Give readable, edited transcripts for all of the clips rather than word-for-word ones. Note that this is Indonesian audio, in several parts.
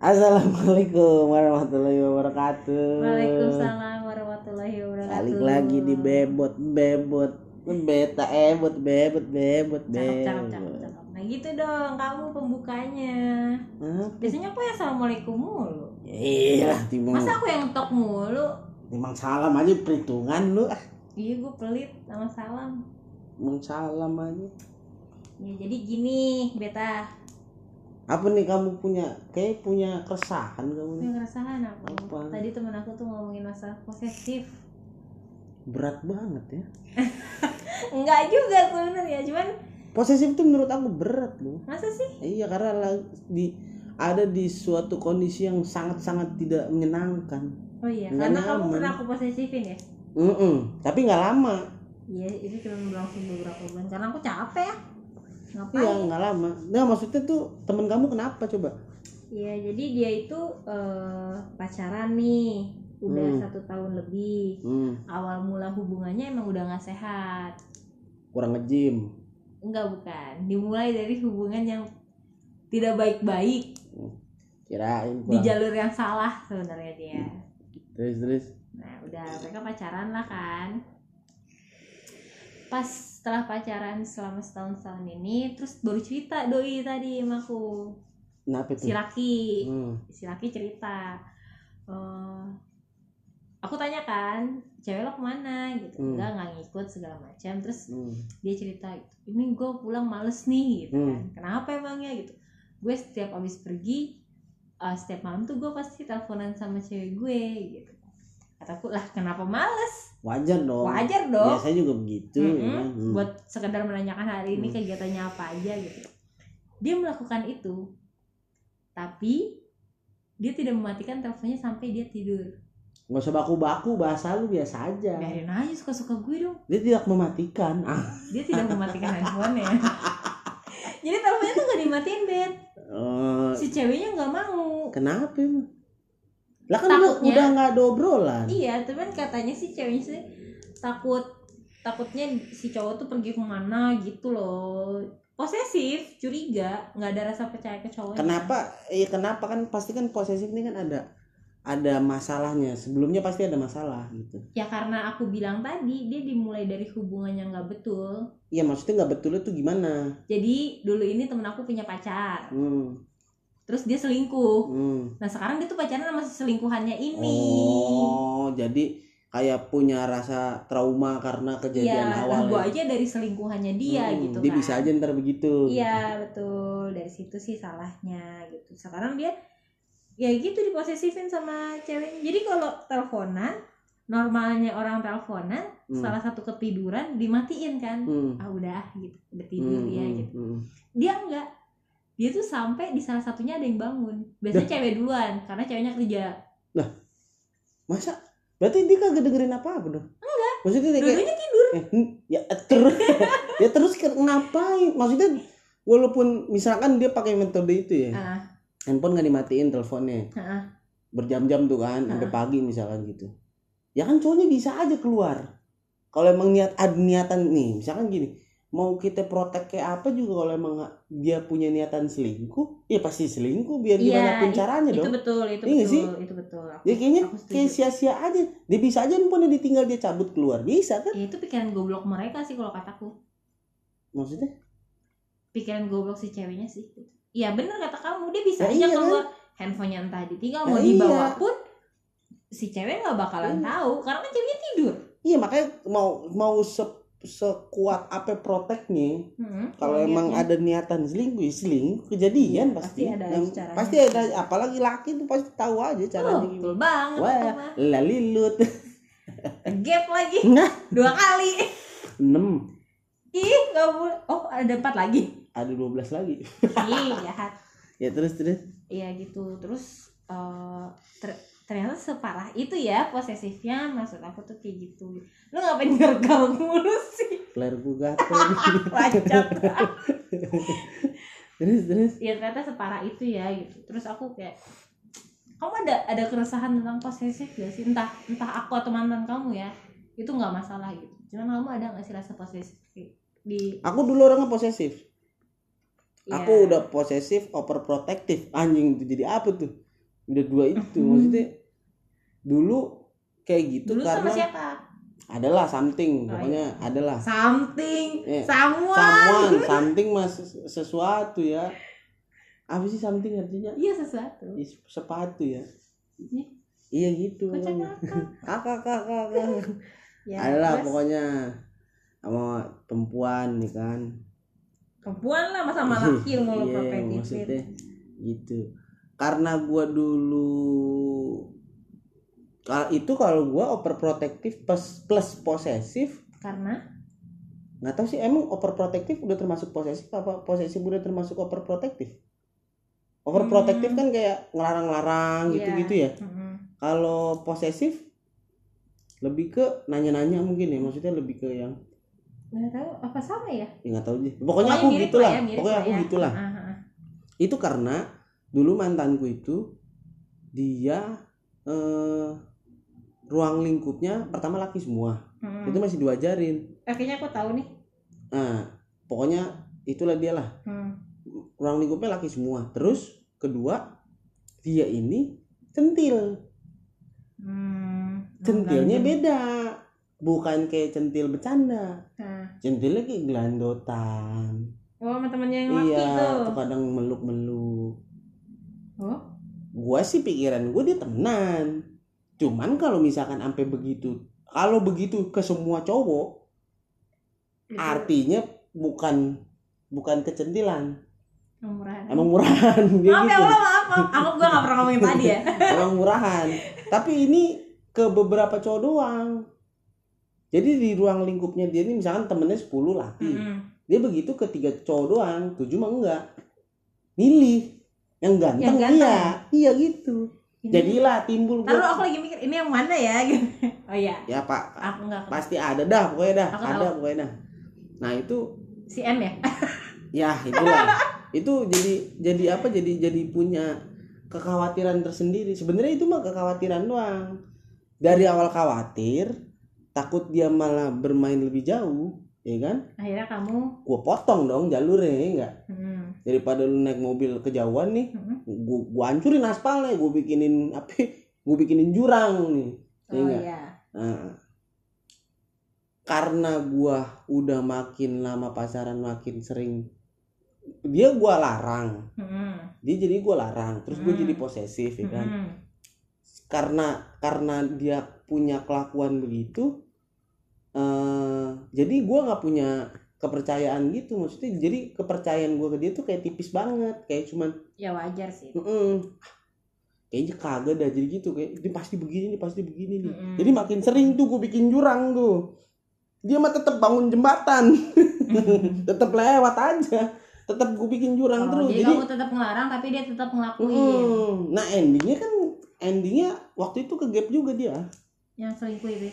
Assalamualaikum warahmatullahi wabarakatuh. Waalaikumsalam warahmatullahi wabarakatuh. Balik lagi di bebot beta bebot. Cakep. Nah gitu dong, kamu pembukanya. Biasanya aku yang assalamualaikum mulu. Iya, Masa aku yang tok mulu? Timang salam aja perhitungan lu. Iya, gue pelit sama salam. Timang salam aja. Ya jadi gini, Beta. Apa nih kamu punya keresahan kamu nih? Punya keresahan aku. Apa? Tadi temen aku tuh ngomongin masalah posesif. Berat banget ya. Enggak juga sebenarnya, cuman Posesif itu menurut aku berat loh. masa sih? Iya, karena ada di suatu kondisi yang sangat-sangat tidak menyenangkan. Oh iya, Nggak karena kamu nyaman. pernah aku posesifin ya? Tapi nggak lama. Iya, itu cuma berlangsung beberapa bulan karena aku capek ya. Ngapain? Iya, nggak lama. Nah, maksudnya tuh temen kamu kenapa coba? Iya, jadi dia itu pacaran nih udah 1 tahun lebih. Awal mula hubungannya emang udah nggak sehat. Kurang nge-gym. Enggak, bukan. Dimulai dari hubungan yang tidak baik-baik. Kirain Di jalur yang salah sebenarnya dia. Terus. Nah, udah mereka pacaran lah kan. Pas setelah pacaran selama setahun ini, terus baru cerita doi tadi sama aku. Kenapa tuh? Si laki cerita. Aku tanya kan, cewek lo kemana gitu, nggak ngikut segala macam. Terus dia cerita, ini gue pulang males nih gitu kan. Kenapa emangnya gitu? Gue setiap abis pergi, setiap malam tuh gue pasti teleponan sama cewek gue gitu. Kataku lah, kenapa males? Wajar dong. Biasanya juga begitu. Buat sekedar menanyakan hari ini kegiatannya apa aja gitu. Dia melakukan itu, tapi dia tidak mematikan teleponnya sampai dia tidur. Nggak usah baku-baku, bahasa lu biasa aja. Biarin aja, suka-suka gue dong. Dia tidak mematikan. Dia tidak mematikan handphonenya. Jadi teleponnya tuh gak dimatiin, Bet. Si ceweknya gak mau. Kenapa emang? Lah kan Takutnya, udah gak ada obrolan. Iya, tapi katanya sih ceweknya sih takutnya si cowok tuh pergi kemana gitu loh. Posesif, curiga, gak ada rasa percaya ke cowoknya. Kenapa kan pasti kan posesif ini kan ada masalahnya, sebelumnya pasti ada masalah gitu. Ya karena aku bilang tadi dia dimulai dari hubungan yang nggak betul. Iya, maksudnya nggak betul itu gimana? Jadi dulu ini temen aku punya pacar, terus dia selingkuh. Nah sekarang dia tuh pacaran sama selingkuhannya ini. Oh, jadi kayak punya rasa trauma karena kejadian awal. Gue aja dari selingkuhannya dia gitu dia kan. bisa aja ntar begitu. Iya betul, dari situ sih salahnya gitu. Sekarang dia ya gitu diposesifin sama ceweknya. Jadi kalau teleponan, normalnya orang teleponan salah satu ketiduran dimatiin kan. Udah gitu, udah tidur dia gitu. Dia enggak. Dia tuh sampai di salah satunya ada yang bangun. Biasanya cewek duluan karena ceweknya kerja. Lah. Masa? Berarti dia kagak dengerin apa-apa dong? Enggak. Maksudnya dia dua-duanya tidur. Terus ngapain? Maksudnya walaupun misalkan dia pakai metode itu ya. Handphone nggak dimatiin teleponnya, berjam-jam tuh kan, sampai pagi misalkan gitu. Ya kan cowoknya bisa aja keluar. Kalau emang ada niatan nih, misalkan gini, mau kita protek kayak apa juga kalau emang dia punya niatan selingkuh, ya pasti selingkuh biar gimana pun caranya dong. Itu betul. Itu betul. Ya kayaknya kayak sia-sia aja. Dia bisa aja handphone ditinggal dia cabut keluar, bisa kan? Ya, itu pikiran goblok mereka sih kalau kataku. Maksudnya? Pikiran goblok si ceweknya sih. Iya benar kata kamu, dia bisa aja keluar kan? Handphonenya entah ditinggal mau dibawa pun si cewek nggak bakalan tahu karena kan ceweknya tidur. Iya makanya mau sekuat apa proteknya, kalau emang ada niatan selingkuh kejadian pasti ada caranya. Pasti ada, apalagi laki tuh pasti tahu aja caranya gimana. Betul banget. Wah, lalilut. Gap lagi 2 kali. 6. Ih, nggak boleh. Oh, ada 4 lagi. Ada 12 lagi. Ih, jahat. Ya terus. Iya gitu. Terus ternyata separah itu ya posesifnya. Maksud aku tuh kayak gitu. Lu ngapain ngergal mulu sih? Ler gue gatel. Lancat. Terus. Ya ternyata separah itu ya gitu. Terus aku kayak, kamu ada keresahan tentang posesif gak sih? Entah aku atau mantan kamu ya. Itu nggak masalah gitu. Cuman kamu ada nggak sih rasa posesif di? Aku dulu orangnya posesif. Aku udah posesif, overprotective. Anjing itu jadi apa tuh? Udah 2 itu. Maksudnya dulu kayak gitu dulu karena sama siapa? Adalah something, pokoknya iya. adalah something, something mas sesuatu ya. Apa sih something artinya? Iya sesuatu. Sepatu ya. Iya gitu. Kakak. Ya, adalah terus? Pokoknya sama perempuan nih kan. Perempuan lah masa sama laki yang mau lo protektifin. Maksudnya gitu. Karena gua dulu kalau gue overprotective plus posesif. Karena nggak tahu sih, emang overprotective udah termasuk posesif apa posesif udah termasuk overprotective? Overprotective kan kayak ngelarang-larang gitu-gitu ya. Kalau posesif lebih ke nanya-nanya mungkin ya, maksudnya lebih ke yang nggak tahu apa sama ya? Nggak tahu deh. Pokoknya aku gitulah. Pokoknya aku gitulah. Itu karena dulu mantanku itu dia ruang lingkupnya pertama laki semua. Itu masih diwajarin. Akhirnya aku tahu nih. Nah, pokoknya itulah dia lah. Ruang lingkupnya laki semua. Terus kedua, dia ini centil. Centilnya beda. Bukan kayak centil bercanda. Centilnya kayak gelandotan. Oh, sama temennya yang laki tuh. Iya, tuh kadang meluk-meluk. Oh? Gua sih pikiran gue dia temenan. Cuman kalau misalkan sampai begitu, kalau begitu ke semua cowok, itu artinya bukan kecentilan. Emang murahan. Maaf ya Allah, maaf. Aku gue gak pernah ngomongin tadi ya. Emang murahan. Tapi ini ke beberapa cowok doang. Jadi di ruang lingkupnya dia ini misalkan temennya 10 laki. Dia begitu ke 3 cowok doang, 7 mah enggak. Milih yang ganteng. Iya gitu. Jadilah timbul gua. Taruh aku lagi mikir ini yang mana ya gitu. Oh iya. Ya Pak. Aku enggak. Pasti ada dah pokoknya dah. Ada pokoknya dah. Nah itu si M ya? Ya itulah. Itu jadi apa? Jadi punya kekhawatiran tersendiri. Sebenarnya itu mah kekhawatiran doang. Dari awal khawatir, takut dia malah bermain lebih jauh, ya kan? Akhirnya kamu gua potong dong jalurnya, ya enggak? Daripada lu naik mobil kejauhan nih, gua hancurin aspalnya, gua bikinin jurang nih. Iya. Nah, karena gua udah makin lama pacaran makin sering dia gua larang. Dia jadi gua larang, terus gua jadi posesif, ya kan? Karena dia punya kelakuan begitu, jadi gua nggak punya kepercayaan gitu, maksudnya jadi kepercayaan gue ke dia tuh kayak tipis banget, kayak cuman ya wajar sih. Kayaknya kagak dah, jadi gitu kayak ini pasti begini nih. Jadi makin sering tuh gue bikin jurang tuh, dia mah tetap bangun jembatan, tetap lewat aja, tetap gue bikin jurang terus. Jadi kamu tetap ngelarang tapi dia tetap ngelakuin. Nah endingnya waktu itu ke gap juga dia. Yang selingkuh itu?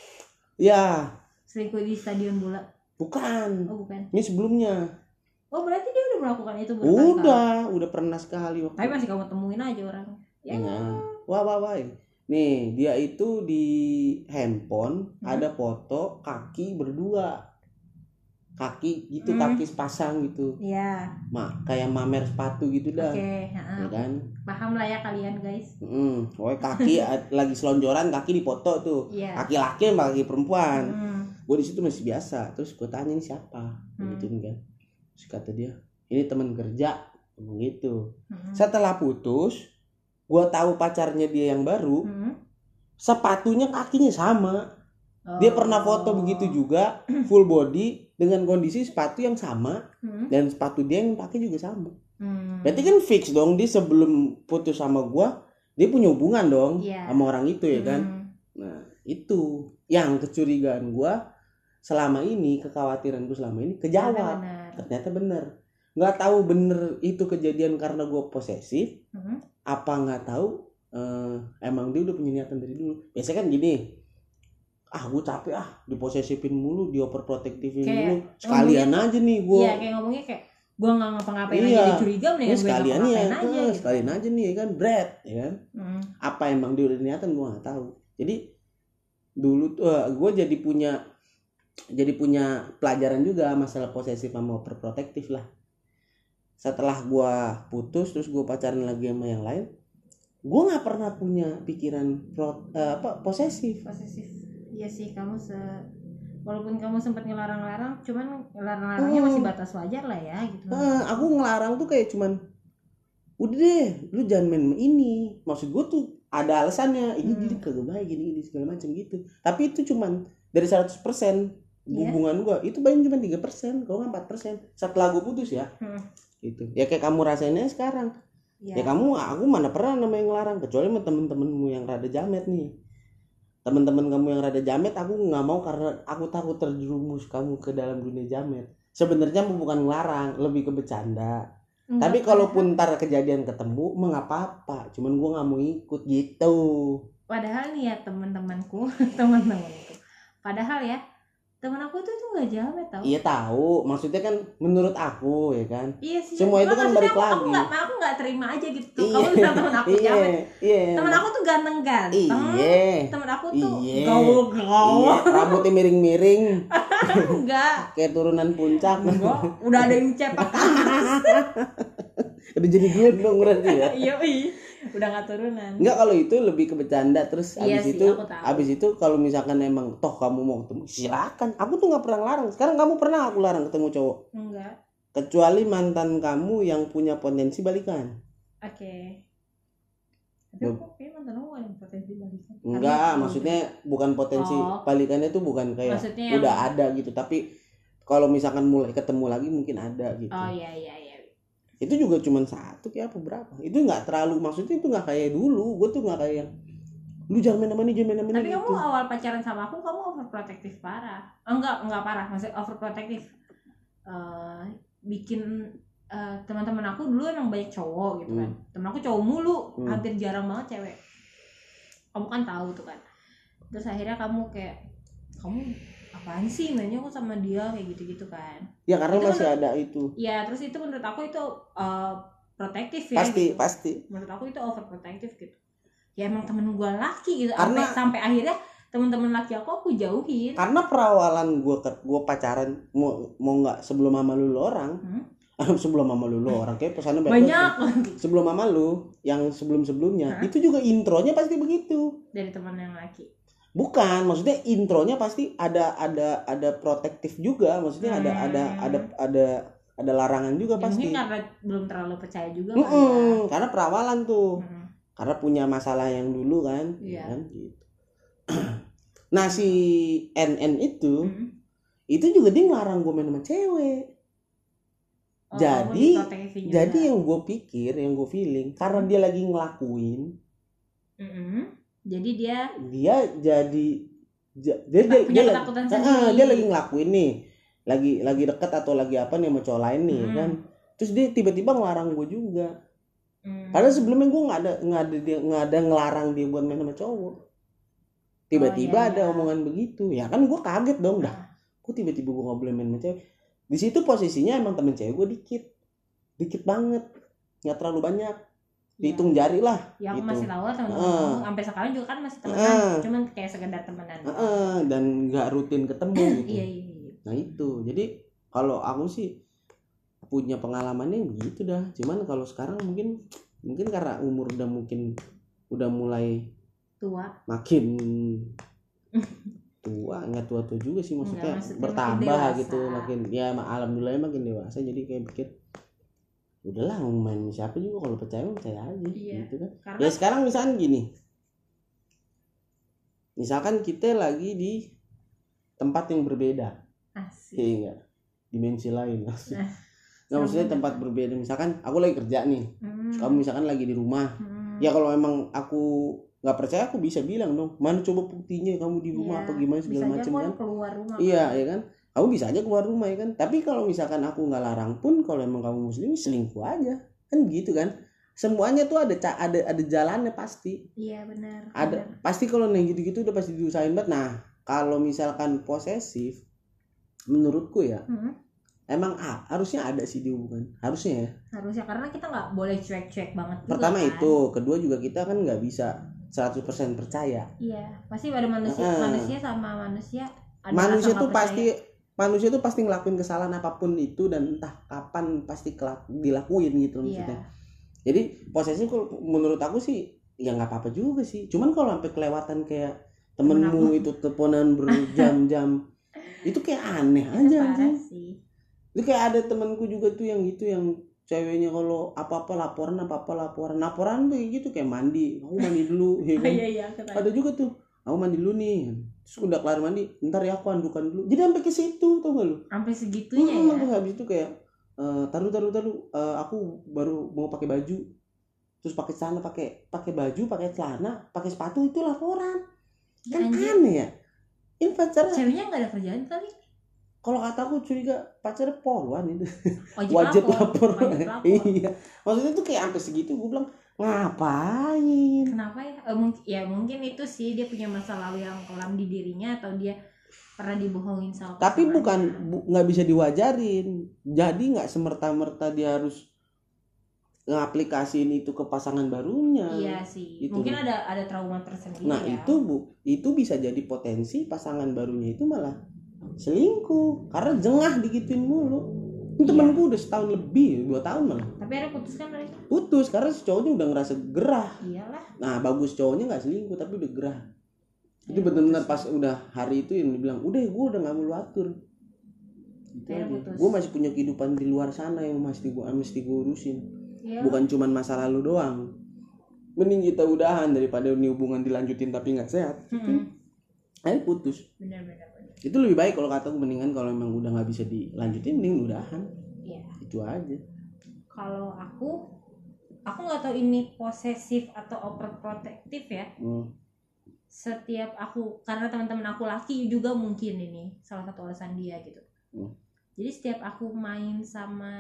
Ya. Selingkuh di stadion bola. Bukan. Oh bukan. Ini sebelumnya. Oh berarti dia udah melakukan itu berkali-kali. Udah pernah sekali waktu. Tapi masih kamu temuin aja orang. Ya. Wah. Nih dia itu di handphone ada foto kaki berdua. Kaki gitu, kaki sepasang gitu. Iya. Kayak mamer sepatu gitu dah. Oke. Ya kan? Paham lah ya kalian guys. Pokoknya kaki lagi selonjoran, kaki dipoto tuh. Yeah. Kaki laki sama kaki perempuan. Gue di situ masih biasa. Terus gue tanya ini siapa? Gitu kan. Terus kata dia, ini teman kerja. Gitu. Setelah putus, gue tahu pacarnya dia yang baru. Sepatunya kakinya sama. Dia pernah foto begitu juga, full body dengan kondisi sepatu yang sama dan sepatu dia yang pakai juga sama. Berarti kan fix dong dia sebelum putus sama gua, dia punya hubungan dong sama orang itu, ya kan? Nah, itu yang kecurigaan gua selama ini, kekhawatiran gua selama ini kejawab. Ternyata benar. Nggak tahu bener itu kejadian karena gua posesif, apa nggak tahu emang dia udah punya niatan dari dulu. Biasanya kan gini, gue capek diposesifin mulu, dioverprotectivin mulu, sekalian aja nih gue. Iya, kayak ngomongnya kayak gue nggak ngapa-ngapain aja dia curiga, mendingan gue ngapa-ngapain aja gitu. Sekalian aja nih, ya kan, Brad, ya kan. Apa emang dia udah niatan gue nggak tahu. Jadi dulu gue jadi punya pelajaran juga masalah posesif sama overprotective lah. Setelah gue putus terus gue pacaran lagi sama yang lain, gue nggak pernah punya pikiran posesif. Iya sih, walaupun kamu sempat ngelarang-larang, cuman ngelarang-larangnya masih batas wajar lah ya gitu. Aku ngelarang tuh kayak cuman udah deh, lu jangan main ini. Maksud gue tuh ada alasannya, ini jadi kagak baik gini segala macam gitu. Tapi itu cuman dari 100% hubungan gue itu paling cuma 3%, kalau nggak 4%. Setelah gue putus ya, gitu. Ya kayak kamu rasainnya sekarang. Ya aku mana pernah namanya ngelarang, kecuali sama temen-temenmu yang rada jamet nih. Temen-temen kamu yang rada jamet, aku nggak mau karena aku takut terjerumus kamu ke dalam dunia jamet. Sebenarnya bukan ngelarang, lebih ke bercanda. Tapi kalaupun ntar kejadian ketemu, mengapa-apa. Cuman gue nggak mau ikut gitu. Padahal nih ya teman-temanku, padahal ya teman aku tuh nggak jamet tau. Iya tahu, maksudnya kan menurut aku ya kan. Iya sih. Semua itu kan balik lagi. Aku nggak terima aja gitu. Kamu bilang teman aku jamet. Teman aku tuh ganteng-ganteng. Teman aku tuh gaul-gaul. Rambutnya miring-miring. Enggak. Kayak turunan puncak. Enggak. Udah ada yang cepak. Udah jadi gue dong berarti ya. Iya. Udah nggak turunan. Enggak, kalau itu lebih ke bercanda. Terus abis itu kalau misalkan emang toh kamu mau ketemu, silakan. Aku tuh nggak pernah larang. Sekarang kamu pernah aku larang ketemu cowok? Enggak. Kecuali mantan kamu yang punya potensi balikan. Oke. Tapi aku kayak mantan aku ada potensi balikan. Enggak, maksudnya bukan potensi balikannya tuh bukan kayak maksudnya udah ada gitu. Tapi kalau misalkan mulai ketemu lagi mungkin ada gitu. Oh iya. Itu juga cuma satu kayak apa berapa, itu nggak terlalu, maksudnya itu nggak kayak dulu. Gue tuh nggak kayak yang lu jangan main sama ini. Tapi gitu. Kamu awal pacaran sama aku kamu overprotective parah. Enggak parah, maksudnya overprotective. Bikin teman-teman aku dulu emang banyak cowok gitu kan. Temen aku cowok mulu, hampir jarang banget cewek. Kamu kan tahu tuh kan. Terus akhirnya kamu apaan sih mainnya kok sama dia kayak gitu-gitu kan. Ya karena itu masih ada itu. Ya terus itu menurut aku itu protektif ya. Pasti gitu. Pasti. Menurut aku itu overprotective gitu. Ya emang temen gue laki gitu. Sampai akhirnya temen-temen laki aku jauhin. Karena perawalan gue pacaran mau nggak sebelum mama lu orang. Sebelum mama lu orang kayak pesannya banyak. Sebelum mama lu yang sebelumnya itu juga intronya pasti begitu. Dari teman yang laki. Bukan, maksudnya intronya pasti ada protektif juga, maksudnya ada larangan juga ya, pasti. Mungkin karena belum terlalu percaya juga kan. Karena perawalan tuh. Karena punya masalah yang dulu kan, kan gitu. Nah, si NN itu juga dia ngelarang gue main sama cewek. Jadi yang gue pikir, yang gue feeling, karena dia lagi ngelakuin. Jadi dia lagi ngelakuin nih, lagi deket atau lagi apa nih sama cowok lain nih kan. Terus dia tiba-tiba ngelarang gue juga. Padahal sebelumnya gue nggak ada ngelarang dia buat main sama cowok. Tiba-tiba ada omongan begitu, ya kan gue kaget dong dah. Kok tiba-tiba gue nggak boleh main sama cewek? Di situ posisinya emang temen cewek gue dikit banget, nggak terlalu banyak. Dihitung jari lah. Yang gitu. Masih tahu teman-teman sampai sekarang juga kan masih temenan, cuman kayak sekedar temenan. Dan nggak rutin ketemu gitu. Iya. Nah itu, jadi kalau aku sih punya pengalamannya begitu dah. Cuman kalau sekarang mungkin karena umur udah mulai tua, makin tua, nggak tua juga sih, maksudnya bertambah gitu, makin ya alhamdulillah makin dewasa, jadi kayak pikir udahlah mau main siapa juga, kalau percaya aja gitu kan. Karena ya sekarang misalkan gini, misalkan kita lagi di tempat yang berbeda, iya nggak, dimensi lain, nggak maksudnya tempat berbeda. Misalkan aku lagi kerja nih, kamu misalkan lagi di rumah, ya kalau emang aku nggak percaya aku bisa bilang dong, mana coba buktinya kamu di rumah apa gimana segala macam kan. Keluar rumah, iya ya kan. Kamu bisa aja keluar rumah ya kan. Tapi kalau misalkan aku nggak larang pun, kalau emang kamu muslim selingkuh aja kan gitu kan. Semuanya tuh ada jalannya pasti. Iya benar. Pasti kalau yang gitu-gitu udah pasti diusahain banget. Nah kalau misalkan posesif, menurutku ya emang harusnya ada sih di hubungan, harusnya ya. Harusnya, karena kita nggak boleh cuek-cuek banget juga. Pertama kan? Itu, kedua juga kita kan nggak bisa 100% percaya. Iya, pasti pada manusia sama manusia. Manusia tuh pasti ngelakuin kesalahan apapun itu, dan entah kapan pasti dilakuin gitu maksudnya. Jadi posesif menurut aku sih ya nggak apa-apa juga sih. Cuman kalau sampai kelewatan kayak temenmu itu teleponan berjam-jam itu kayak aneh aja sih. Itu kayak ada temanku juga tuh yang gitu, yang ceweknya kalau apa-apa laporan tuh kayak gitu, kayak mandi, aku mandi dulu ya kan? Iya, ada juga tuh, aku mandi dulu nih, terus udah kelar mandi, ntar ya aku andukan dulu, jadi sampai ke situ, tau gak lu? Sampai segitunya ya. Terus habis itu kayak taruh aku baru mau pakai baju, terus pakai celana, pakai baju, pakai celana, pakai sepatu, itu laporan. Kan aneh ya. Ini pacar ceweknya nggak ada kerjaan kali. Kalau kataku curiga pacarnya poluan itu. Wajib lapor. Iya. Maksudnya tuh kayak sampai segitu, gue bilang ngapain? Kenapa ya? Mungkin itu sih dia punya masa lalu yang kelam di dirinya, atau dia pernah dibohongin sama. Tapi nggak bisa diwajarin. Jadi nggak semerta-merta dia harus ngaplikasiin itu ke pasangan barunya. Iya sih. Gitu. Mungkin ada trauma tersendiri. Nah ya. Itu bisa jadi potensi pasangan barunya itu malah selingkuh karena jengah digituin mulu. Temenku udah setahun lebih, 2 tahun malah. Tapi ada putus kan mereka? Putus karena si cowoknya udah ngerasa gerah. Iyalah. Nah bagus cowoknya nggak selingkuh tapi udah gerah. Itu benar-benar pas udah hari itu yang dibilang, udah gue udah nggak mau lu atur. Gue masih punya kehidupan di luar sana yang mesti gue urusin. Ya. Bukan cuman masa lalu doang. Mending kita udahan daripada ini hubungan dilanjutin tapi nggak sehat. Akhirnya putus. Benar. Itu lebih baik kalau kataku, mendingan kalau memang udah nggak bisa dilanjutin mending udahan. Iya. Itu aja. Kalau aku nggak tahu ini posesif atau overprotective ya. Setiap aku, karena teman-teman aku laki juga mungkin ini salah satu alasan dia gitu. Jadi setiap aku main sama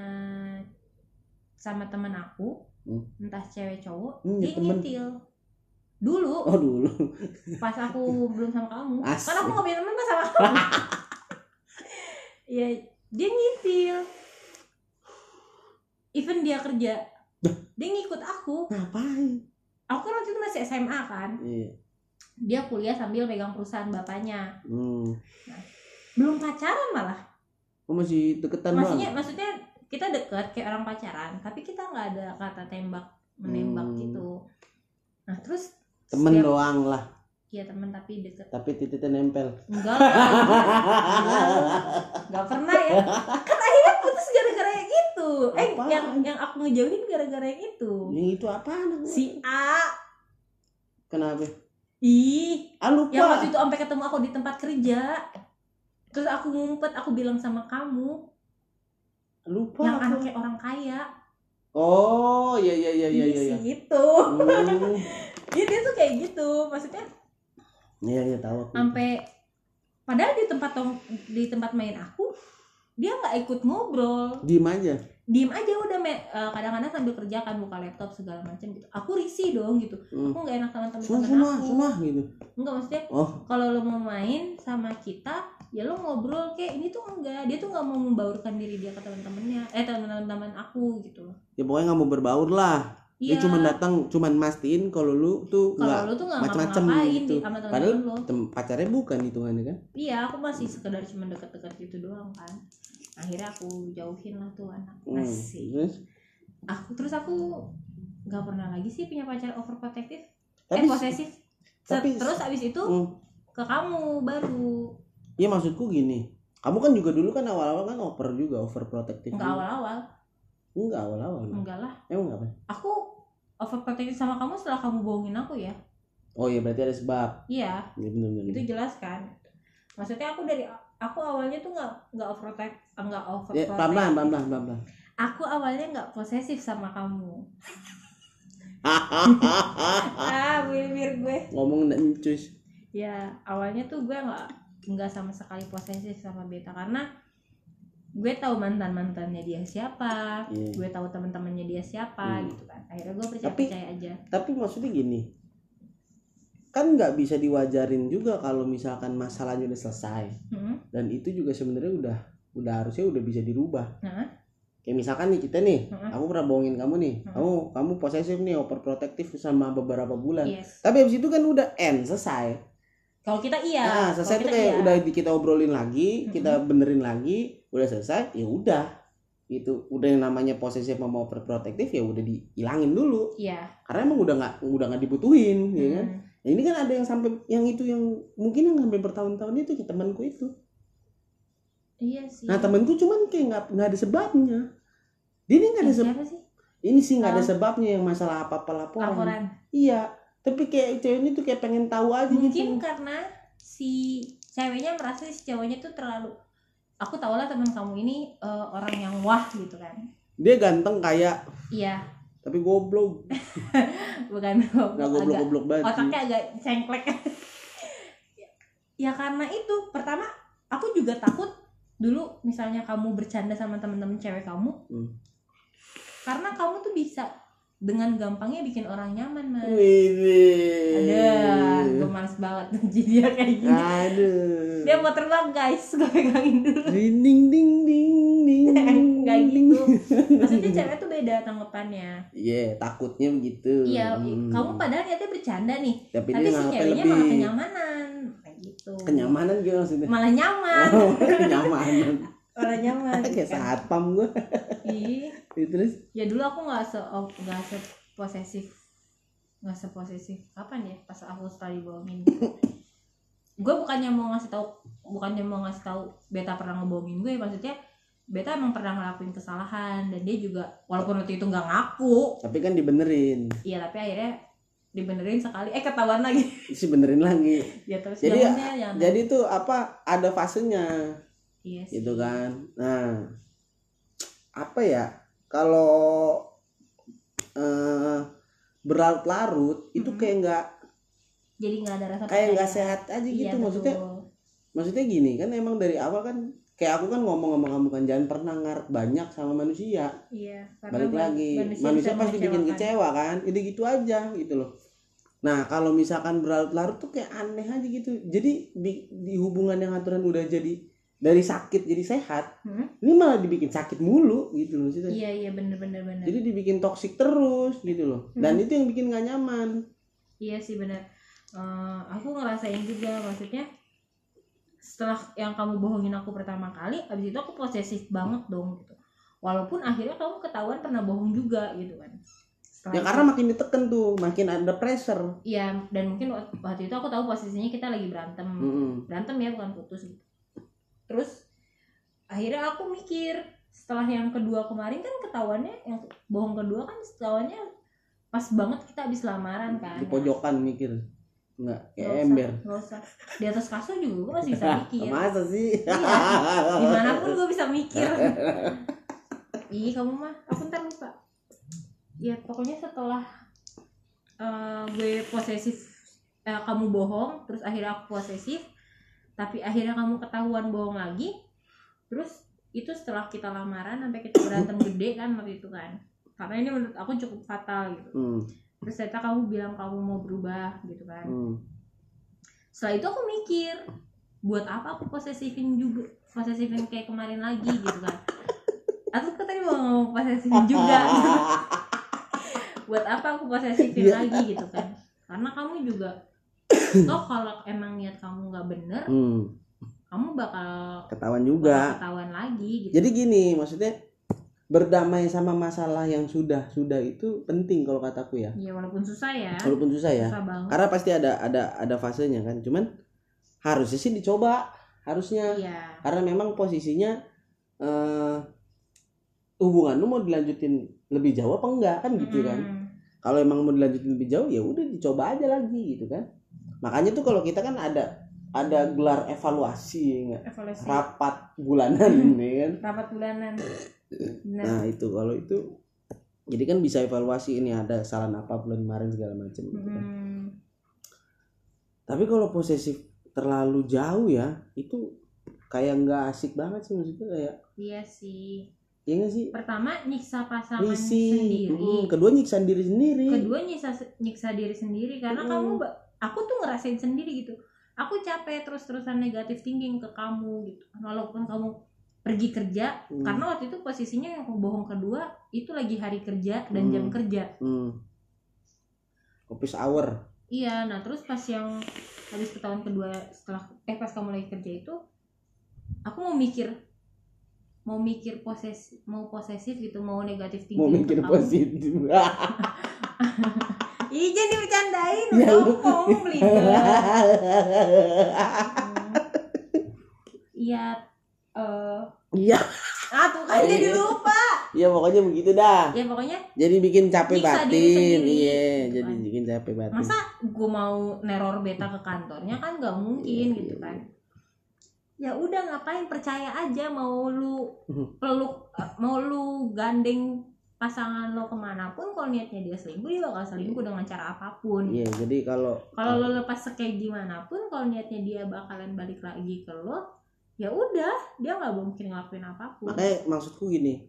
teman aku, entah cewek cowok, dia nyetil. Dulu. Pas aku belum sama kamu. Karena aku gak punya teman pas sama kamu. Ya, dia nyetil. Even dia kerja, dia ngikut aku. Ngapain? Aku kan waktu itu masih SMA kan. Iya. Dia kuliah sambil pegang perusahaan bapaknya. Nah, belum pacaran malah. Masih deketan banget. Maksudnya kita deket kayak orang pacaran, tapi kita nggak ada kata menembak gitu. Nah terus temen doang lah. Iya temen tapi deket. Tapi titiknya nempel. Enggak pernah ya. Kan akhirnya putus gara-gara yang itu. Yang aku ngejauhin gara-gara yang itu. Yang itu apaan? Si A. Kenapa? Lupa. Yang waktu itu sampai ketemu aku di tempat kerja. Terus aku ngumpet, aku bilang sama kamu. Lupa. Yang anaknya orang kaya. Oh, iya. Gitu. Iya dia tuh kayak gitu, maksudnya. Iya tahu. Sampai padahal di tempat main aku, dia nggak ikut ngobrol. Diem aja udah kadang-kadang sambil kerja kan, buka laptop segala macam gitu. Aku risih dong gitu. Aku nggak enak sama teman-teman aku. Sunah gitu. Enggak, maksudnya kalau lo mau main sama kita, ya lo ngobrol kayak ini tuh enggak. Dia tuh nggak mau membaurkan diri dia ke teman-temannya, teman-teman aku gitu. Ya pokoknya nggak mau berbaur lah. Dia cuma datang, cuma mastiin kalau lu tuh nggak macam-macam gitu. Padahal pacarnya bukan hitungannya kan? Iya, aku masih sekedar cuma dekat-dekat gitu doang kan. Akhirnya aku jauhin lah tuh anak. Terus aku nggak pernah lagi sih punya pacar overprotective, posesif. Terus abis itu ke kamu baru. Iya maksudku gini, kamu kan juga dulu kan awal-awal kan overprotective. Nggak awal-awal. Enggak awal-awal. Enggak lah. Emang apa? Aku overprotective sama kamu setelah kamu bohongin aku ya. Oh iya, berarti ada sebab. Iya. Ya, bener. Itu jelas kan. Maksudnya aku awalnya tuh nggak overprotective. Ya, pelan-pelan. Aku awalnya nggak posesif sama kamu. Bibir gue. Ngomong encus. Ya, awalnya tuh gue nggak sama sekali posesif sama Beta karena gue tahu mantannya dia siapa, gue tahu teman-temannya dia siapa gitu kan. Akhirnya gue percaya aja. Tapi maksudnya gini, kan nggak bisa diwajarin juga kalau misalkan masalahnya udah selesai. Dan itu juga sebenarnya udah harusnya udah bisa dirubah. Kayak misalkan nih kita nih, aku pernah bohongin kamu nih, kamu posesif nih, overprotective sama beberapa bulan. Tapi abis itu kan udah selesai. Kalau kita iya. Nah, selesai tuh kayak udah kita obrolin lagi, kita benerin lagi, udah selesai, ya udah. itu udah yang namanya posesif sama overprotective ya udah dihilangin dulu. Iya. Karena emang udah nggak dibutuhin, ya kan. Nah, ini kan ada yang sampai yang itu yang mungkin yang sampai bertahun-tahun itu kayak temanku itu. Iya sih. Nah temanku cuman kayak nggak ada sebabnya. Dia ini nggak ada sih? Ini sih nggak ada sebabnya yang masalah apa-apa laporan. Iya. Tapi kayak ceweknya tuh kayak pengen tahu aja. Mungkin gitu. Karena si ceweknya merasa si cowoknya tuh terlalu, aku tau lah teman kamu ini orang yang wah gitu kan. Dia ganteng kayak. Iya. Tapi goblok. Bukan goblok. Nggak goblok banget. Otaknya agak cengklek. Ya karena itu, pertama aku juga takut dulu misalnya kamu bercanda sama teman-teman cewek kamu. Karena kamu tuh bisa dengan gampangnya bikin orang nyaman, Mas. Ada, gue males banget jadi dia kayak gini. Aduh. Dia mau terbang guys, gue pegangin dulu. Ding ding ding ding. Gak gitu. Maksudnya cewek tuh beda tanggapannya. Iya, takutnya begitu. Iya, kamu padahal niatnya bercanda nih. Tapi si ceweknya malah kenyamanan, kayak gitu. Kenyamanan gitu maksudnya? Malah nyaman. Kenyamanan. Malah nyaman. Kayak satpam gue. Iya. Terus? Ya dulu aku nggak seposesif kapan ya pas aku setelah dibohongin. Gue bukannya mau ngasih tahu beta pernah ngebohongin gue, maksudnya beta emang pernah ngelakuin kesalahan dan dia juga walaupun waktu itu nggak ngaku. Tapi kan dibenerin. Iya, tapi akhirnya dibenerin sekali ketahuan lagi. Benerin lagi. Ya terus jadi tuh apa ada fasenya. Iya sih. Gitu kan. Nah, apa ya? Kalau berlarut-larut itu kayak nggak, jadi nggak ada rasa kayak nggak sehat aja gitu. Maksudnya gini kan, emang dari awal kan kayak aku kan ngomong sama kamu kan, jangan pernah ngarep banyak sama manusia. Iya. Balik lagi manusia pasti bikin kecewa kan, ini gitu aja gitu loh. Nah kalau misalkan berlarut-larut tuh kayak aneh aja gitu. Jadi di hubungan yang aturan udah jadi dari sakit jadi sehat, ini malah dibikin sakit mulu gitu loh. Iya bener. Jadi dibikin toksik terus gitu loh. Dan itu yang bikin gak nyaman. Iya sih bener. Aku ngerasain juga, maksudnya setelah yang kamu bohongin aku pertama kali, abis itu aku posesif banget dong gitu. Walaupun akhirnya kamu ketahuan pernah bohong juga gitu kan. Ya karena makin diteken tuh, makin ada pressure. Iya, dan mungkin waktu itu aku tahu posisinya kita lagi berantem. Berantem ya, bukan putus gitu. Terus akhirnya aku mikir, setelah yang kedua kemarin kan ketahuannya, yang bohong kedua kan ketahuannya pas banget kita habis lamaran kan. Di pojokan mikir. Enggak, kayak ember. Nggak usah. Di atas kasur juga gue masih bisa mikir. Masa sih? Iya, dimanapun gue bisa mikir. Ih, kamu mah, aku ntar lupa. Ya pokoknya setelah gue posesif, kamu bohong, terus akhirnya aku posesif, tapi akhirnya kamu ketahuan bohong lagi. Terus itu setelah kita lamaran sampai kita berantem gede kan waktu itu kan, karena ini menurut aku cukup fatal gitu. Terus ternyata kamu bilang kamu mau berubah gitu kan. Setelah itu aku mikir, buat apa aku posesifin kayak kemarin lagi gitu kan. Aku tadi mau ngomong posesifin juga gitu. Buat apa aku posesifin lagi gitu kan, karena kamu juga toh kalau emang niat kamu nggak bener, kamu bakal ketahuan juga, ketahuan lagi gitu. Jadi gini, maksudnya berdamai sama masalah yang sudah itu penting kalau kataku ya. Iya, walaupun susah ya. Susah banget. Karena pasti ada fasenya kan. Cuman harusnya sih dicoba, harusnya. Iya. Karena memang posisinya hubungan lu mau dilanjutin lebih jauh apa enggak kan gitu kan. Kalau emang mau dilanjutin lebih jauh ya udah dicoba aja lagi gitu kan. Makanya tuh kalau kita kan ada gelar evaluasi, rapat bulanan nih kan. Rapat bulanan. Nah itu kalau itu jadi kan bisa evaluasi ini ada kesalahan apa bulan kemarin segala macam gitu kan. Tapi kalau posesif terlalu jauh ya itu kayak nggak asik banget sih, maksudnya kayak. Iya sih. Iya nggak sih? Pertama nyiksa pasangan sendiri. Kedua nyiksa diri sendiri. Nyiksa diri sendiri karena aku tuh ngerasain sendiri gitu. Aku capek terus-terusan negatif thinking ke kamu gitu. Walaupun kamu pergi kerja, karena waktu itu posisinya yang bohong kedua itu lagi hari kerja dan jam kerja. Office hour. Iya, nah terus pas yang habis ketahuan kedua setelah pas kamu lagi kerja itu, aku mau mikir mau mikir mau posesif gitu, mau negatif tinggi, mau mikir positif. Ih, jadi bercandain, ngomong belibet. Iya, iya. Tuh kan jadi lupa. Iya pokoknya begitu dah. Ya pokoknya. Jadi bikin capek batin, iya. Jadi bikin capek batin. Masa gue mau neror beta ke kantornya kan nggak mungkin gitu kan. Ya udah ngapain, percaya aja, mau lu peluk, mau lu gandeng pasangan lo kemanapun, kalau niatnya dia selingkuh dia bakal selingkuh dengan cara apapun. Iya, jadi kalau lo lepas kayak gimana pun, kalau niatnya dia bakalan balik lagi ke lo, ya udah dia nggak mungkin ngelakuin apapun. Makanya maksudku gini,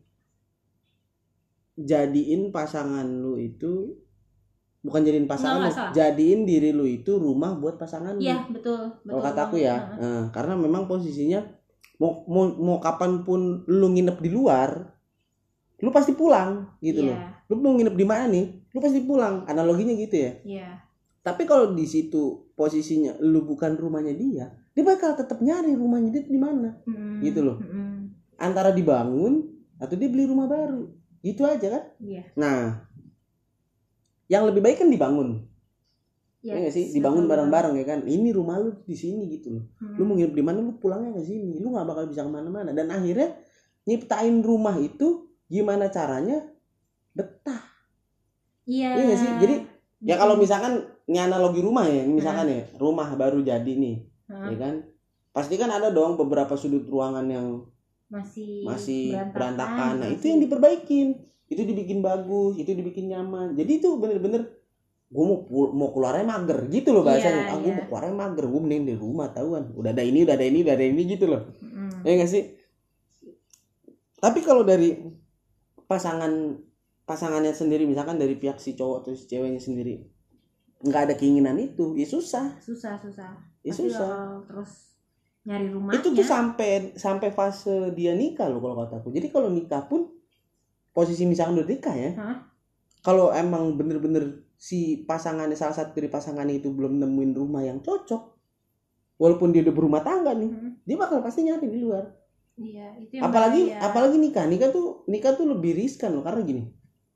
jadiin pasangan lu itu bukan jadiin pasangan lu, jadiin diri lu itu rumah buat pasangan lu. Iya betul. Kalau kataku ya, karena memang posisinya mau kapanpun lu nginep di luar, lu pasti pulang gitu loh. Lu mau nginep di mana nih, lu pasti pulang. Analoginya gitu ya. Iya. Tapi kalau di situ posisinya lu bukan rumahnya dia bakal tetap nyari rumahnya dia di mana, gitu loh. Antara dibangun atau dia beli rumah baru, gitu aja kan. Iya. Nah, yang lebih baik kan dibangun. Ya nggak sih, dibangun bareng-bareng ya kan. Ini rumah lu di sini gitu loh. Lu mau nginep di mana, lu pulangnya ke sini. Lu nggak bakal bisa kemana-mana. Dan akhirnya nyiptain rumah itu gimana caranya betah. Iya. Iya nggak sih. Jadi ya kalau misalkan ini analogi rumah ya, misalkan ya rumah baru jadi nih, ya kan. Pasti kan ada dong beberapa sudut ruangan yang masih berantakan. Nah itu yang diperbaikin, itu dibikin bagus, itu dibikin nyaman. Jadi itu bener-bener gue mau keluarnya mager gitu loh bahasanya. Gue mau keluarnya mager, gue mending di rumah tahuan. Udah ada ini gitu loh. Ya nggak sih. Tapi kalau dari pasangannya sendiri, misalkan dari pihak si cowok atau si ceweknya sendiri nggak ada keinginan itu, ya susah. Ya susah. Terus nyari rumahnya. Itu tuh sampai fase dia nikah loh kalau kataku. Jadi kalau nikah pun posisi misalkan udah nikah ya, kalau emang bener-bener si pasangannya, salah satu dari pasangannya itu belum nemuin rumah yang cocok, walaupun dia udah berumah tangga nih, dia bakal pasti nyari di luar. Iya, itu yang apalagi nikah tuh lebih riskan loh, karena gini,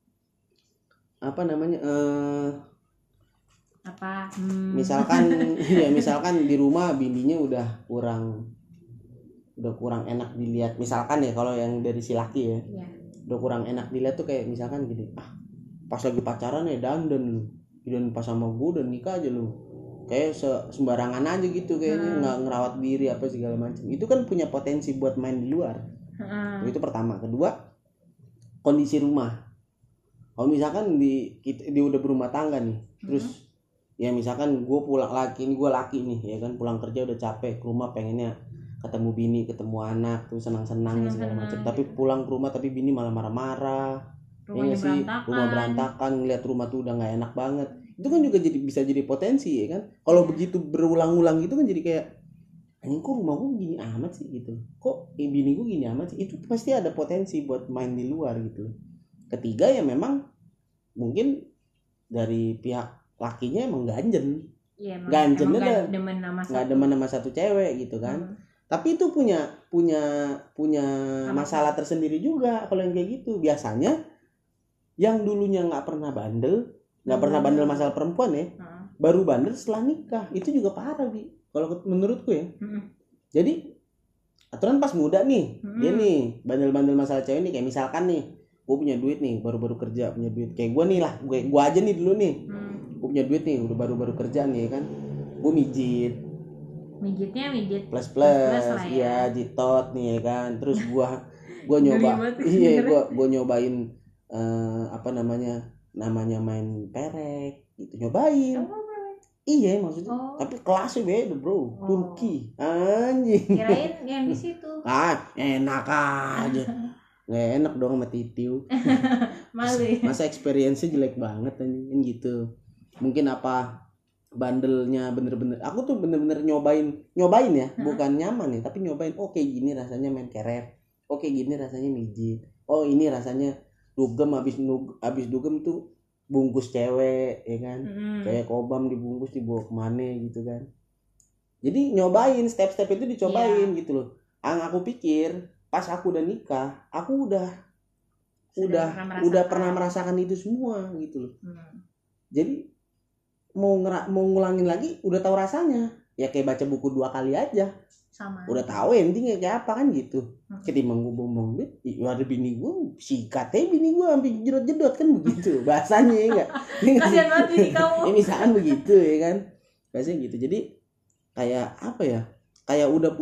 misalkan di rumah bininya udah kurang enak dilihat, misalkan ya kalau yang dari si laki ya, udah kurang enak dilihat tuh kayak misalkan gini, pas lagi pacaran ya dandan pas sama gue dan nikah aja lu kayak sembarangan aja gitu, kayaknya nggak ngerawat diri apa segala macam. Itu kan punya potensi buat main di luar. Itu pertama. Kedua, kondisi rumah. Kalau misalkan dia udah berumah tangga nih, terus ya misalkan gue laki nih ya kan, pulang kerja udah capek, ke rumah pengennya ketemu bini, ketemu anak, tuh senang-senang segala macam. Tapi pulang ke rumah tapi bini malah marah-marah. Rumah berantakan, ngeliat rumah tuh udah nggak enak banget. Itu kan juga bisa jadi potensi ya kan. Kalau begitu berulang-ulang gitu kan jadi kayak, anjing kok rumah gue gini amat sih gitu, kok bini gue gini amat sih. Itu pasti ada potensi buat main di luar gitu. Ketiga ya memang mungkin dari pihak lakinya emang ganjen. Ganjennya nggak demen sama satu cewek gitu kan. Tapi itu punya masalah tersendiri juga kalau yang kayak gitu. Biasanya yang dulunya nggak pernah bandel masalah perempuan ya, baru bandel setelah nikah. Itu juga parah Bi, kalau menurutku ya. Jadi aturan pas muda nih, dia nih bandel-bandel masalah cewek nih, kayak misalkan nih gue punya duit nih, baru-baru kerja punya duit, kayak gue nih lah, gue aja nih dulu nih, gue punya duit nih, udah baru-baru kerja nih kan, gue mijitnya plus ya, jitot nih ya kan, terus gue nyoba gue nyobain namanya main perek gitu, nyobain. Iya maksudnya, tapi kelasnya beda bro, Turki, anjing. Kirain yang di situ. Enak aja. Nggak enak dong sama titiu. Malu. Masa experience-nya jelek banget anjing gitu. Mungkin apa bandelnya bener-bener. Aku tuh bener-bener nyobain ya, bukan nyaman ya, tapi nyobain. Oke, gini rasanya main kerek. Oke, gini rasanya mijit. Oh, ini rasanya dugem, habis dugem tuh bungkus cewek ya kan, kayak kobam dibungkus dibawa kemana gitu kan. Jadi nyobain step-step itu dicobain gitu loh. Aku pikir pas aku udah nikah aku udah pernah merasakan itu semua gitu loh. Jadi mau ngulangin lagi udah tahu rasanya. Ya kayak baca buku 2 kali aja. Sama. Udah tahu endingnya kayak apa kan gitu. Ketimbang gue bohong ada bini gue sikatnya bini gue sampai jedot-jedot kan begitu bahasanya ya enggak. Kasihan banget bini kamu. Ya misalkan begitu ya kan. Biasanya gitu. Jadi kayak apa ya? Kayak udah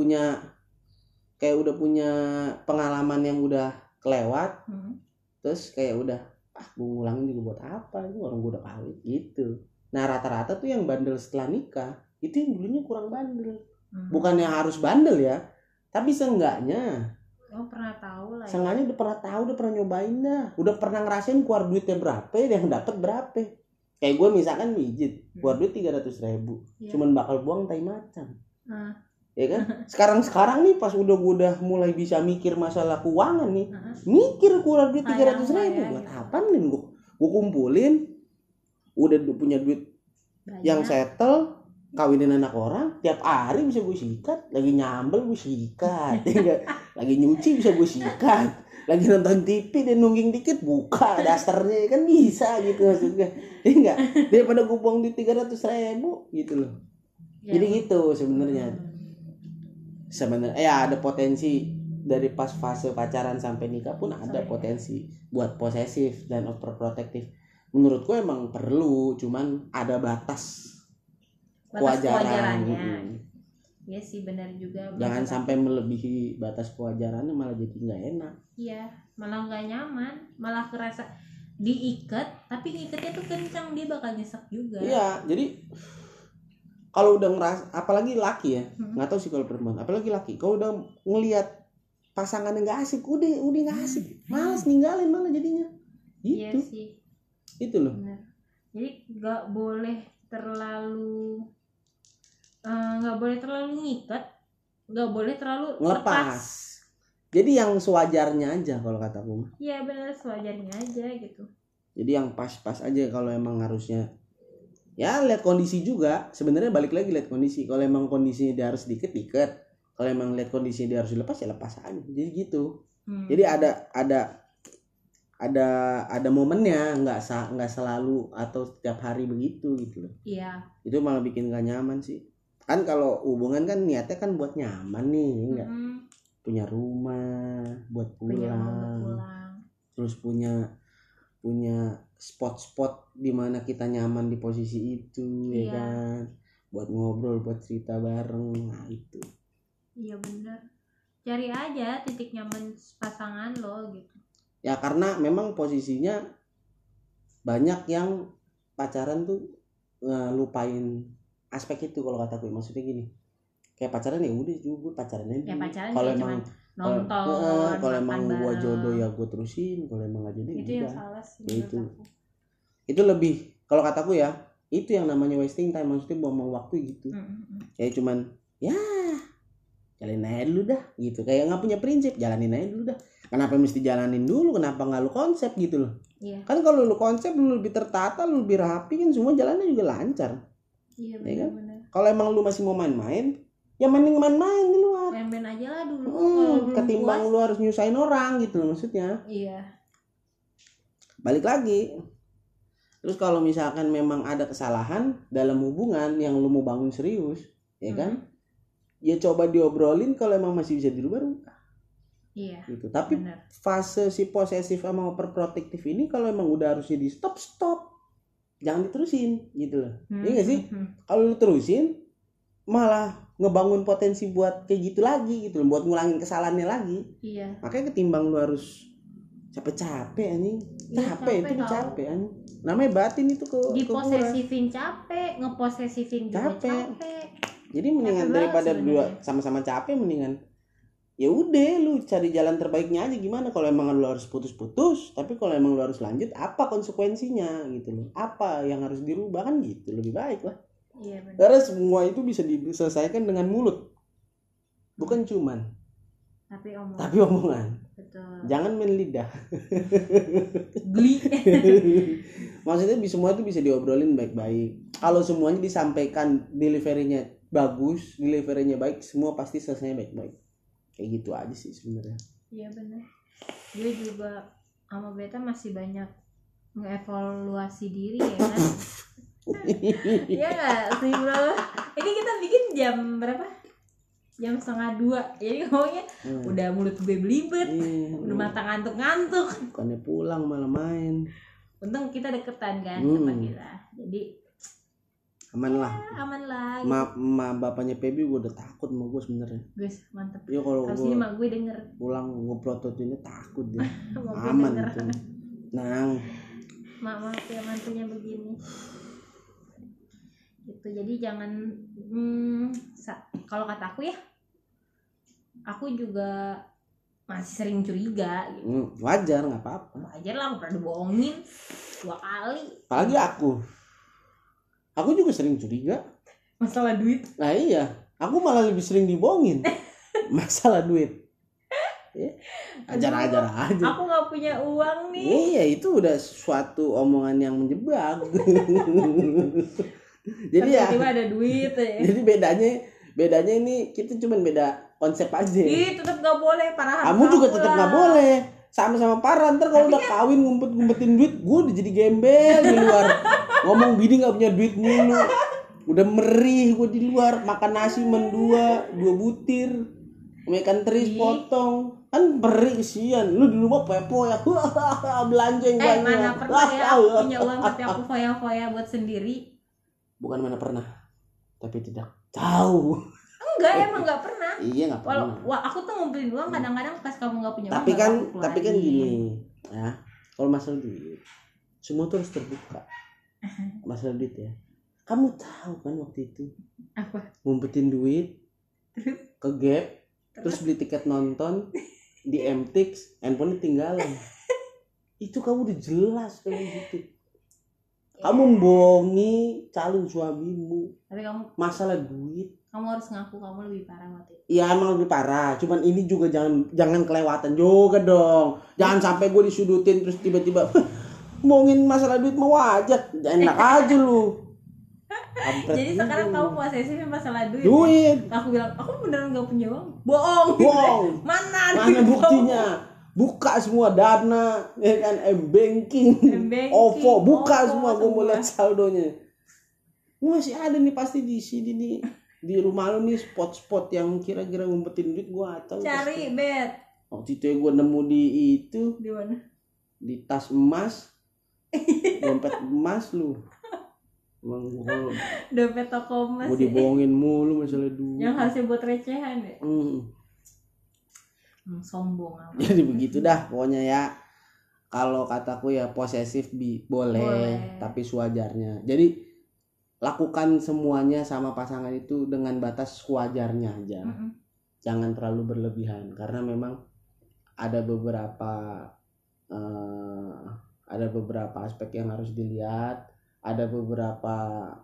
punya pengalaman yang udah kelewat. Terus kayak udah gue ngulangin juga buat apa? Ini orang gue udah kawin gitu. Nah rata-rata tuh yang bandel setelah nikah itu yang dulunya kurang bandel. Bukannya harus bandel ya, tapi seenggaknya pernah tahu lah ya. Seenggaknya udah pernah tahu, udah pernah nyobain dah. Udah pernah ngerasain keluar duitnya berapa, yang dapat berapa. Kayak gue misalkan mijit, keluar duit 300.000, cuman bakal buang tai macan. Ya kan? Sekarang nih pas udah mulai bisa mikir masalah keuangan nih, mikir keluar duit 300.000 buat apa nih gue kumpulin, udah punya duit banyak. Yang settle, kawinin anak orang, tiap hari bisa gue sikat, lagi nyambel gue sikat, lagi nyuci bisa gue sikat, lagi nonton TV dan nungging dikit buka dasternya kan bisa gitu maksudnya, enggak daripada gue buang duit 300.000 gitu loh. Ya. Jadi gitu sebenarnya ya ada potensi dari pas fase pacaran sampai nikah pun ada potensi buat posesif dan overprotective. Menurutku emang perlu, cuman ada batas kewajarannya. Iya sih benar juga. Jangan sampai melebihi batas kewajarannya malah jadi nggak enak. Iya, malah nggak nyaman, malah kerasa diikat, tapi ngikatnya tuh kencang, dia bakal nyesek juga. Iya, jadi kalau udah ngerasa, apalagi laki ya, nggak tahu sih kalau perempuan, apalagi laki, kalau udah ngelihat pasangannya nggak asik, udah nggak asik, malas ninggalin malah jadinya. Gitu. Iya sih. Itu loh. Benar. Jadi nggak boleh terlalu ngikat, nggak boleh terlalu ngelepas. Jadi yang sewajarnya aja kalau kataku. Iya benar, sewajarnya aja gitu. Jadi yang pas-pas aja kalau emang harusnya. Ya lihat kondisi juga. Sebenarnya balik lagi lihat kondisi. Kalau emang kondisinya dia harus diikat. Kalau emang lihat kondisinya dia harus dilepas ya lepas aja. Jadi gitu. Jadi ada momennya, nggak selalu atau setiap hari begitu gitu loh. Iya. Itu malah bikin gak nyaman sih. Kan kalau hubungan kan niatnya kan buat nyaman nih, enggak? Punya rumah buat pulang. Terus punya spot-spot di mana kita nyaman di posisi itu, ya kan? Buat ngobrol, buat cerita bareng, nah itu. Iya benar. Cari aja titik nyaman pasangan lo gitu. Ya karena memang posisinya banyak yang pacaran tuh lupain aspek itu kalau kataku. Maksudnya gini, kayak pacaran ya udah juga pacarannya. Ya pacaran kalau emang nonton, kalau emang gua jodoh ya gua terusin, kalau emang gak jodoh itu yang salah sih. Ya itu lebih kalau kataku ya, itu yang namanya wasting time, maksudnya buang waktu gitu. Kayak cuman ya jalanin aja dulu dah gitu, kayak nggak punya prinsip, jalanin aja dulu dah. Kenapa mesti jalanin dulu? Kenapa nggak lu konsep gitu loh? Iya. Kan kalau lu konsep, lu lebih tertata, lu lebih rapi kan semua jalannya juga lancar. Iya benar. Ya kan? Kalau emang lu masih mau main-main, ya mending main-main di luar. Main-main aja lah dulu. Ketimbang lu harus nyusahin orang gitu loh maksudnya. Iya. Balik lagi. Terus kalau misalkan memang ada kesalahan dalam hubungan yang lu mau bangun serius, ya kan? Ya coba diobrolin, kalau emang masih bisa dirubah. Iya. Gitu. Tapi fase si posesif sama overprotective ini kalau emang udah harusnya di stop. Jangan diterusin gitu loh. Iya enggak sih? Kalau lu terusin malah ngebangun potensi buat kayak gitu lagi gitu loh, buat ngulangin kesalahannya lagi. Iya. Makanya ketimbang lu harus capek-capek anjing. Capek anjing. Namanya batin itu diposesifin capek, ngeposesifin juga capek. Jadi mendingan daripada dua sama-sama capek, mendingan ya udah lu cari jalan terbaiknya aja gimana. Kalau emang lu harus putus, tapi kalau emang lu harus lanjut, apa konsekuensinya gitu loh, apa yang harus dirubah kan gitu, lebih baik lah. Iya benar. Karena semua itu bisa diselesaikan dengan mulut, bukan cuman tapi omongan. Betul. Jangan main lidah. Geli. Maksudnya semua itu bisa diobrolin baik-baik. Kalau semuanya disampaikan, deliverynya bagus, deliverynya baik, semua pasti selesainya baik-baik. Kayak gitu aja sih sebenarnya. Iya benar. Gue juga sama Beta masih banyak ngevaluasi diri ya kan. Iya nggak sih bro? Ini kita bikin jam berapa? Jam 1:30. Jadi ngomongnya udah mulut gue belibet, udah mata ngantuk-ngantuk. Bukannya pulang malah main. Untung kita deketan kan tempat kita. Jadi aman lah. Aman lah. Ma bapaknya Pebi gue udah takut sama gue sebenarnya. Guys, mantep. Iya kalau gue mak gue denger. Pulang gue prototinnya takut dia. Aman tuh. Nang. Mak ya mantunya begini. Gitu. Jadi jangan kalau kata aku ya, aku juga masih sering curiga gitu. Wajar, nggak apa-apa. Wajar lah, aku pernah dibohongin 2 kali. Apalagi aku juga sering curiga masalah duit. Nah iya, aku malah lebih sering dibohongin masalah duit. Ya, ajar-ajar aja. Aku nggak punya uang nih. Iya, itu udah suatu omongan yang menjebak. Jadi tiba-tiba ada duit ya. Jadi bedanya ini kita cuma beda konsep aja. Tetap nggak boleh parahan. Kamu juga tetap nggak boleh. Sama-sama parah. Ntar kalau udah kawin ngumpet-ngumpetin duit, gue udah jadi gembel di luar. Ngomong bini nggak punya duit mulu. Udah merih gue di luar, makan nasi dua butir, makan teri potong. Kan perih kesian. Lu di rumah pepo ya. Belanja yang banyak. Mana pernah ya aku punya uang tapi aku foya-foya buat sendiri. Bukan mana pernah, tapi tidak tahu. Enggak, emang nggak pernah. Iya, nggak pernah. Wah, aku tuh ngumpulin uang kadang-kadang pas kamu nggak punya uang. Tapi kan gini ya, kalau masalah duit semua tuh harus terbuka. Masalah duit ya, kamu tahu kan waktu itu apa? ngumpetin duit ke Gap, terus beli tiket nonton di MTX, handphone tinggalan. Itu kamu udah jelas kayak gitu. Kamu membohongi calon suamimu. Tapi kamu masalah duit. Kamu harus ngaku kamu lebih parah waktu itu. Iya emang lebih parah. Cuman ini juga jangan kelewatan juga dong. Jangan sampai gue disudutin terus tiba-tiba ngomongin masalah duit mau aja. Enak aja lu. Jadi sekarang kamu posesif masalah duit. Duit. Ya? Aku bilang aku beneran nggak punya uang. Bohong. Mana buktinya? Buka semua Dana, ya kan, M-Banking, OVO, buka semua, gue mau lihat saldonya. Masih ada nih pasti di sini nih, di rumah lu nih spot-spot yang kira-kira ngumpetin duit, gue atau cari bet. Waktu itu gue nemu di itu, di mana? Di tas emas, dompet emas lu. Emang gue dompet toko emas. Gue dibohongin mulu masalah duit. Yang hasil buat recehan ya. Sombong apa. Jadi begitu dah pokoknya ya. Kalau kataku ya posesif boleh, tapi sewajarnya. Jadi lakukan semuanya sama pasangan itu dengan batas sewajarnya aja. Jangan terlalu berlebihan karena memang ada beberapa aspek yang harus dilihat, ada beberapa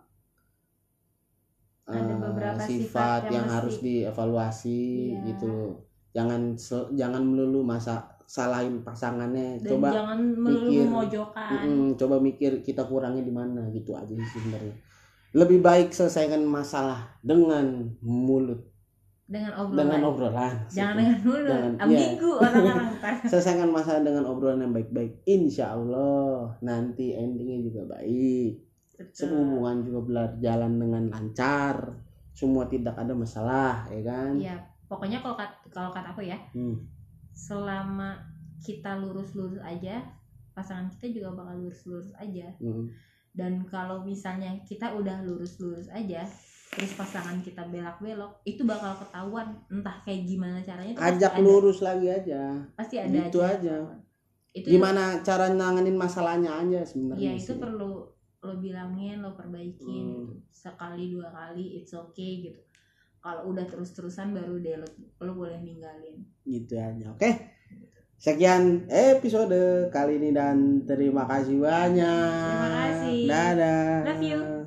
sifat yang harus dievaluasi gitu. Jangan melulu salahin pasangannya. Dan coba jangan melulu memojokkan. Coba mikir kita kurangnya di mana gitu aja sih sebenarnya. Lebih baik selesaikan masalah dengan mulut. Dengan obrolan. Jangan dengan mulut. Ambigu orang-orang. Selesaikan masalah dengan obrolan yang baik-baik. Insya Allah nanti endingnya juga baik. Hubungan juga berjalan dengan lancar. Semua tidak ada masalah, ya kan? Iya. Pokoknya kalau kata aku ya, selama kita lurus-lurus aja, pasangan kita juga bakal lurus-lurus aja. Dan kalau misalnya kita udah lurus-lurus aja, terus pasangan kita belak-belok, itu bakal ketahuan entah kayak gimana caranya. Ajak lurus lagi aja. Pasti ada aja. Itu gimana cara nanganin masalahnya aja sebenarnya. Iya itu perlu lo bilangin, lo perbaikin gitu. Sekali 2 kali it's okay gitu. Kalau udah terus-terusan baru deh lo boleh ninggalin. Gitu aja. Oke. Sekian episode kali ini dan terima kasih banyak. Terima kasih. Dadah. Love you.